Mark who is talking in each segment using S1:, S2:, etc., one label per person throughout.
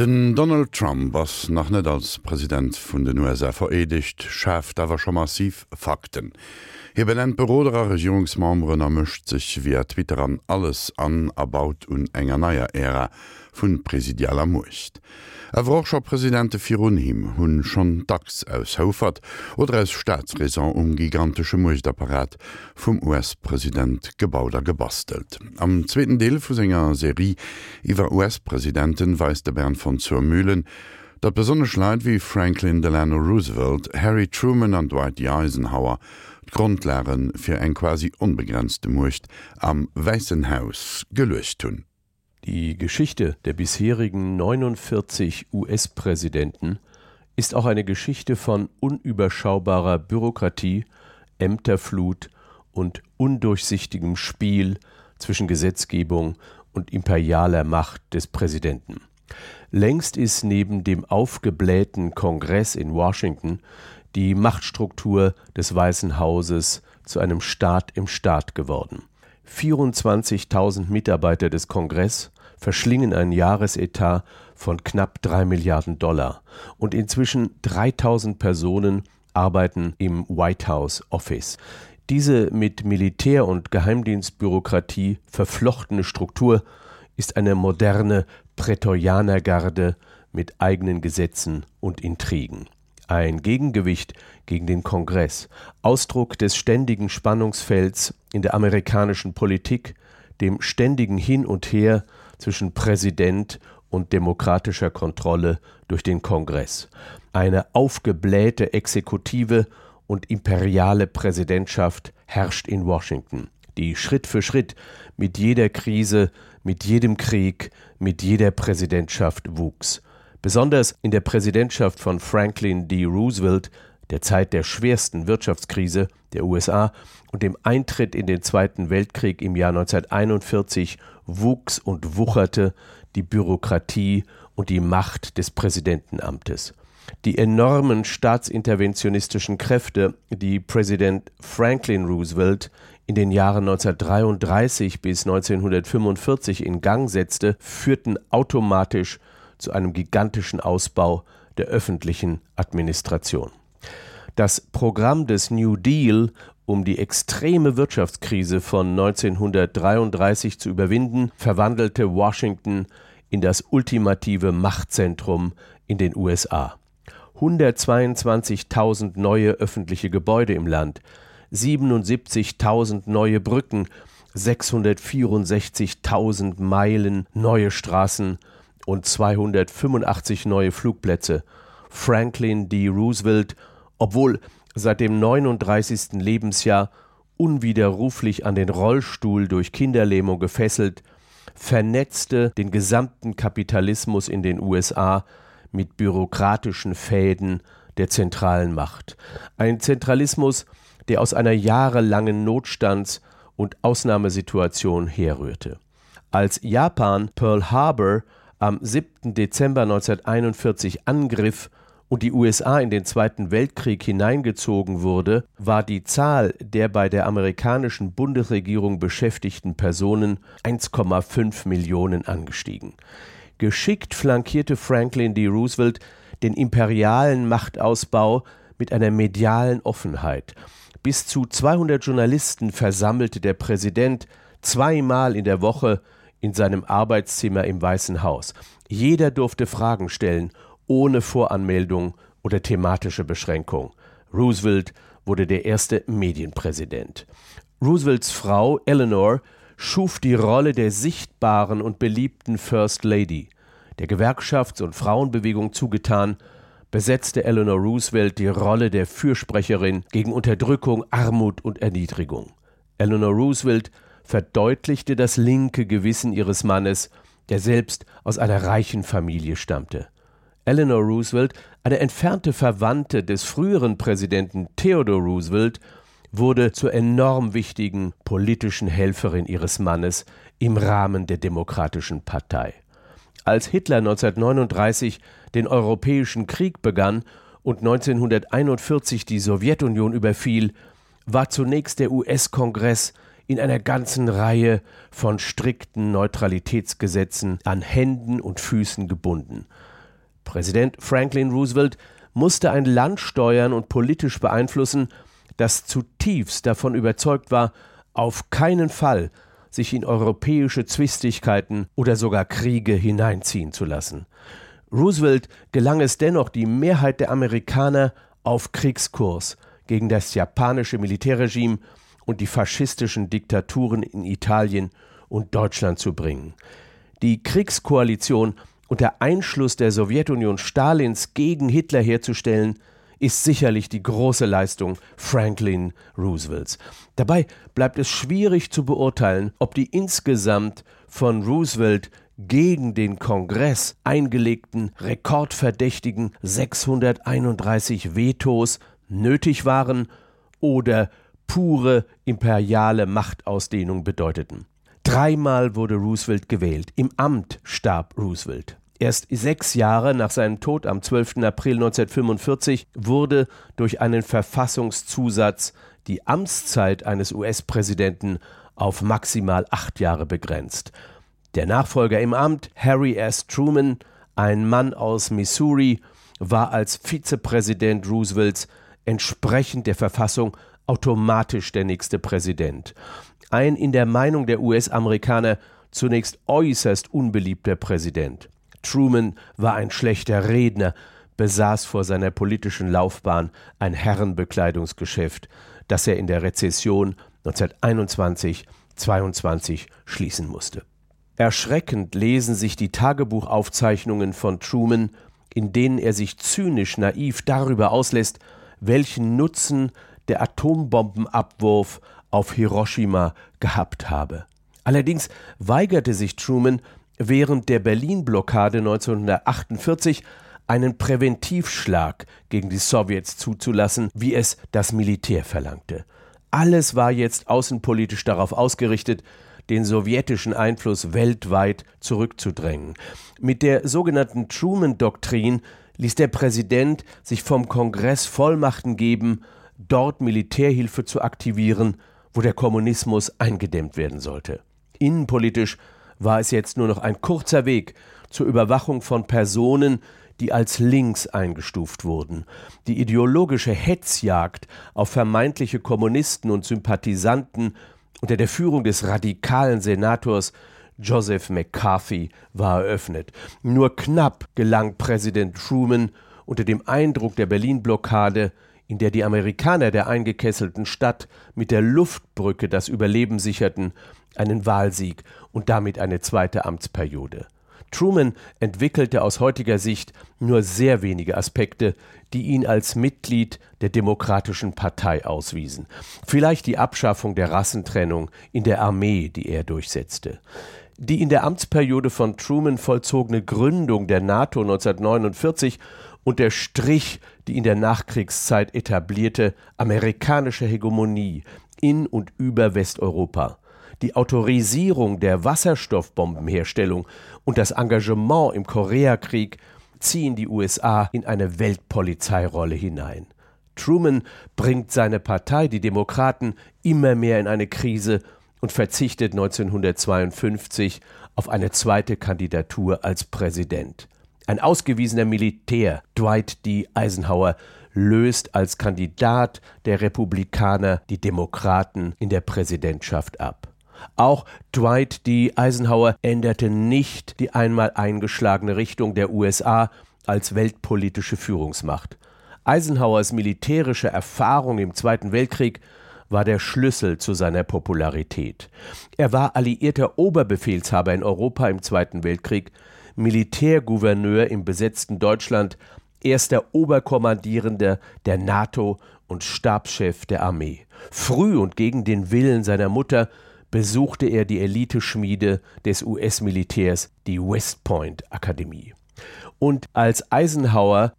S1: Den Donald Trump ass nach net als Präsident vun den USA veredigt, schärft awer schon massiv Fakten. Hier benennt beroderer Regierungsmembren ermischt sich via Twitter an alles an erbaut un enger naier Ära vun präsidialer Mucht. Auch Präsidente virun him hunn schon dacks aushaufert oder aus Staatsräson gigantische Muchtapparat vum US-Präsident gebauter gebastelt. Am zweiten Deel vu senger Serie iwwer US-Präsidenten weist der Bernd von Zurmühlen, dat besonders Leid wie Franklin Delano Roosevelt, Harry Truman und Dwight D. Eisenhower Grundlehren fir eng quasi unbegrenzte Mucht am Weißen Haus gelöst hun.
S2: Die Geschichte der bisherigen 49 US-Präsidenten ist auch eine Geschichte von unüberschaubarer Bürokratie, Ämterflut und undurchsichtigem Spiel zwischen Gesetzgebung und imperialer Macht des Präsidenten. Längst ist neben dem aufgeblähten Kongress in Washington die Machtstruktur des Weißen Hauses zu einem Staat im Staat geworden. 24.000 Mitarbeiter des Kongress verschlingen einen Jahresetat von knapp $3 Milliarden und inzwischen 3.000 Personen arbeiten im White House Office. Diese mit Militär- und Geheimdienstbürokratie verflochtene Struktur ist eine moderne Prätorianergarde mit eigenen Gesetzen und Intrigen. Ein Gegengewicht gegen den Kongress, Ausdruck des ständigen Spannungsfelds in der amerikanischen Politik, dem ständigen Hin und Her zwischen Präsident und demokratischer Kontrolle durch den Kongress. Eine aufgeblähte Exekutive und imperiale Präsidentschaft herrscht in Washington, die Schritt für Schritt mit jeder Krise, mit jedem Krieg, mit jeder Präsidentschaft wuchs. Besonders in der Präsidentschaft von Franklin D. Roosevelt, der Zeit der schwersten Wirtschaftskrise der USA und dem Eintritt in den Zweiten Weltkrieg im Jahr 1941 wuchs und wucherte die Bürokratie und die Macht des Präsidentenamtes. Die enormen staatsinterventionistischen Kräfte, die Präsident Franklin Roosevelt in den Jahren 1933 bis 1945 in Gang setzte, führten automatisch zu einem gigantischen Ausbau der öffentlichen Administration. Das Programm des New Deal, um die extreme Wirtschaftskrise von 1933 zu überwinden, verwandelte Washington in das ultimative Machtzentrum in den USA. 122.000 neue öffentliche Gebäude im Land, 77.000 neue Brücken, 664.000 Meilen neue Straßen und 285 neue Flugplätze. Franklin D. Roosevelt, obwohl seit dem 39. Lebensjahr unwiderruflich an den Rollstuhl durch Kinderlähmung gefesselt, vernetzte den gesamten Kapitalismus in den USA mit bürokratischen Fäden der zentralen Macht. Ein Zentralismus, der aus einer jahrelangen Notstands- und Ausnahmesituation herrührte. Als Japan Pearl Harbor am 7. Dezember 1941 angriff und die USA in den Zweiten Weltkrieg hineingezogen wurde, war die Zahl der bei der amerikanischen Bundesregierung beschäftigten Personen 1,5 Millionen angestiegen. Geschickt flankierte Franklin D. Roosevelt den imperialen Machtausbau mit einer medialen Offenheit. Bis zu 200 Journalisten versammelte der Präsident zweimal in der Woche in seinem Arbeitszimmer im Weißen Haus. Jeder durfte Fragen stellen, ohne Voranmeldung oder thematische Beschränkung. Roosevelt wurde der erste Medienpräsident. Roosevelts Frau Eleanor schuf die Rolle der sichtbaren und beliebten First Lady. Der Gewerkschafts- und Frauenbewegung zugetan, besetzte Eleanor Roosevelt die Rolle der Fürsprecherin gegen Unterdrückung, Armut und Erniedrigung. Eleanor Roosevelt verdeutlichte das linke Gewissen ihres Mannes, der selbst aus einer reichen Familie stammte. Eleanor Roosevelt, eine entfernte Verwandte des früheren Präsidenten Theodore Roosevelt, wurde zur enorm wichtigen politischen Helferin ihres Mannes im Rahmen der Demokratischen Partei. Als Hitler 1939 den Europäischen Krieg begann und 1941 die Sowjetunion überfiel, war zunächst der US-Kongress in einer ganzen Reihe von strikten Neutralitätsgesetzen an Händen und Füßen gebunden. Präsident Franklin Roosevelt musste ein Land steuern und politisch beeinflussen, das zutiefst davon überzeugt war, auf keinen Fall sich in europäische Zwistigkeiten oder sogar Kriege hineinziehen zu lassen. Roosevelt gelang es dennoch, die Mehrheit der Amerikaner auf Kriegskurs gegen das japanische Militärregime und die faschistischen Diktaturen in Italien und Deutschland zu bringen. Die Kriegskoalition unter Einschluss der Sowjetunion Stalins gegen Hitler herzustellen, ist sicherlich die große Leistung Franklin Roosevelts. Dabei bleibt es schwierig zu beurteilen, ob die insgesamt von Roosevelt gegen den Kongress eingelegten rekordverdächtigen 631 Vetos nötig waren oder pure imperiale Machtausdehnung bedeuteten. 3-mal wurde Roosevelt gewählt. Im Amt starb Roosevelt. Erst 6 Jahre nach seinem Tod am 12. April 1945 wurde durch einen Verfassungszusatz die Amtszeit eines US-Präsidenten auf maximal 8 Jahre begrenzt. Der Nachfolger im Amt, Harry S. Truman, ein Mann aus Missouri, war als Vizepräsident Roosevelts entsprechend der Verfassung automatisch der nächste Präsident. Ein in der Meinung der US-Amerikaner zunächst äußerst unbeliebter Präsident. Truman war ein schlechter Redner, besaß vor seiner politischen Laufbahn ein Herrenbekleidungsgeschäft, das er in der Rezession 1921/22 schließen musste. Erschreckend lesen sich die Tagebuchaufzeichnungen von Truman, in denen er sich zynisch naiv darüber auslässt, welchen Nutzen der Atombombenabwurf auf Hiroshima gehabt habe. Allerdings weigerte sich Truman während der Berlin-Blockade 1948 einen Präventivschlag gegen die Sowjets zuzulassen, wie es das Militär verlangte. Alles war jetzt außenpolitisch darauf ausgerichtet, den sowjetischen Einfluss weltweit zurückzudrängen. Mit der sogenannten Truman-Doktrin ließ der Präsident sich vom Kongress Vollmachten geben, dort Militärhilfe zu aktivieren, wo der Kommunismus eingedämmt werden sollte. Innenpolitisch war es jetzt nur noch ein kurzer Weg zur Überwachung von Personen, die als links eingestuft wurden. Die ideologische Hetzjagd auf vermeintliche Kommunisten und Sympathisanten unter der Führung des radikalen Senators Joseph McCarthy war eröffnet. Nur knapp gelang Präsident Truman unter dem Eindruck der Berlin-Blockade, in der die Amerikaner der eingekesselten Stadt mit der Luftbrücke das Überleben sicherten, einen Wahlsieg und damit eine zweite Amtsperiode. Truman entwickelte aus heutiger Sicht nur sehr wenige Aspekte, die ihn als Mitglied der Demokratischen Partei auswiesen. Vielleicht die Abschaffung der Rassentrennung in der Armee, die er durchsetzte. Die in der Amtsperiode von Truman vollzogene Gründung der NATO 1949 unterstrich die in der Nachkriegszeit etablierte amerikanische Hegemonie in und über Westeuropa. Die Autorisierung der Wasserstoffbombenherstellung und das Engagement im Koreakrieg ziehen die USA in eine Weltpolizeirolle hinein. Truman bringt seine Partei, die Demokraten, immer mehr in eine Krise und verzichtet 1952 auf eine zweite Kandidatur als Präsident. Ein ausgewiesener Militär, Dwight D. Eisenhower, löst als Kandidat der Republikaner die Demokraten in der Präsidentschaft ab. Auch Dwight D. Eisenhower änderte nicht die einmal eingeschlagene Richtung der USA als weltpolitische Führungsmacht. Eisenhowers militärische Erfahrung im Zweiten Weltkrieg war der Schlüssel zu seiner Popularität. Er war alliierter Oberbefehlshaber in Europa im Zweiten Weltkrieg, Militärgouverneur im besetzten Deutschland, erster Oberkommandierender der NATO und Stabschef der Armee. Früh und gegen den Willen seiner Mutter besuchte er die Eliteschmiede des US-Militärs, die West Point Akademie. Und als Eisenhower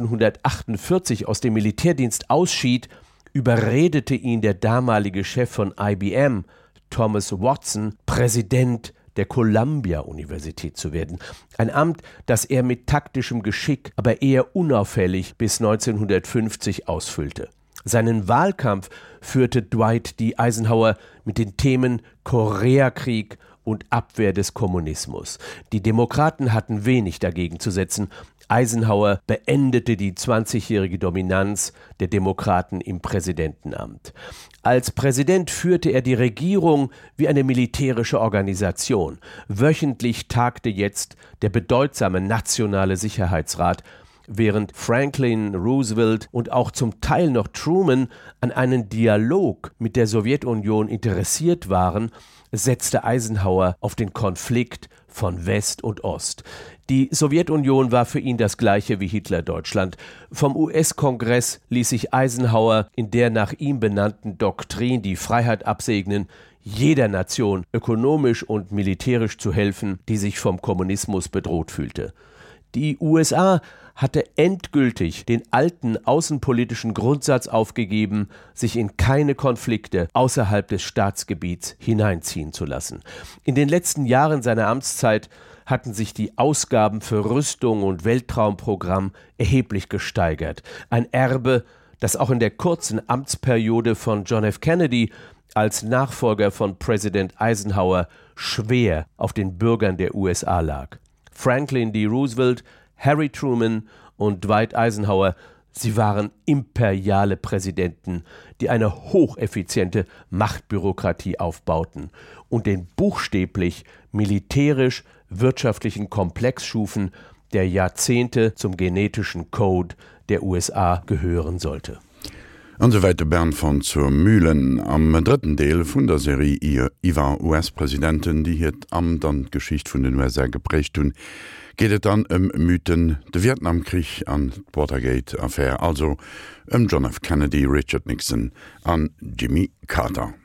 S2: 1948 aus dem Militärdienst ausschied, überredete ihn der damalige Chef von IBM, Thomas Watson, Präsident der Columbia-Universität zu werden. Ein Amt, das er mit taktischem Geschick, aber eher unauffällig bis 1950 ausfüllte. Seinen Wahlkampf führte Dwight D. Eisenhower mit den Themen Koreakrieg und Abwehr des Kommunismus. Die Demokraten hatten wenig dagegen zu setzen. Eisenhower beendete die 20-jährige Dominanz der Demokraten im Präsidentenamt. Als Präsident führte er die Regierung wie eine militärische Organisation. Wöchentlich tagte jetzt der bedeutsame Nationale Sicherheitsrat, während Franklin, Roosevelt und auch zum Teil noch Truman an einen Dialog mit der Sowjetunion interessiert waren, setzte Eisenhower auf den Konflikt von West und Ost. Die Sowjetunion war für ihn das gleiche wie Hitler-Deutschland. Vom US-Kongress ließ sich Eisenhower in der nach ihm benannten Doktrin die Freiheit absegnen, jeder Nation ökonomisch und militärisch zu helfen, die sich vom Kommunismus bedroht fühlte. Die USA hatte endgültig den alten außenpolitischen Grundsatz aufgegeben, sich in keine Konflikte außerhalb des Staatsgebiets hineinziehen zu lassen. In den letzten Jahren seiner Amtszeit hatten sich die Ausgaben für Rüstung und Weltraumprogramm erheblich gesteigert. Ein Erbe, das auch in der kurzen Amtsperiode von John F. Kennedy als Nachfolger von Präsident Eisenhower schwer auf den Bürgern der USA lag. Franklin D. Roosevelt, Harry Truman und Dwight Eisenhower, sie waren imperiale Präsidenten, die eine hocheffiziente Machtbürokratie aufbauten und den buchstäblich militärisch-wirtschaftlichen Komplex schufen, der Jahrzehnte zum genetischen Code der USA gehören sollte.
S1: Und so weiter Bernd von zur Mühlen am dritten Deel vun der Serie iwwer US-Präsidenten, die hier am dann Geschicht vun den USA geprägt hun, geht dann Mythen de Vietnamkrieg an Watergate-Affaire, also John F. Kennedy, Richard Nixon an Jimmy Carter.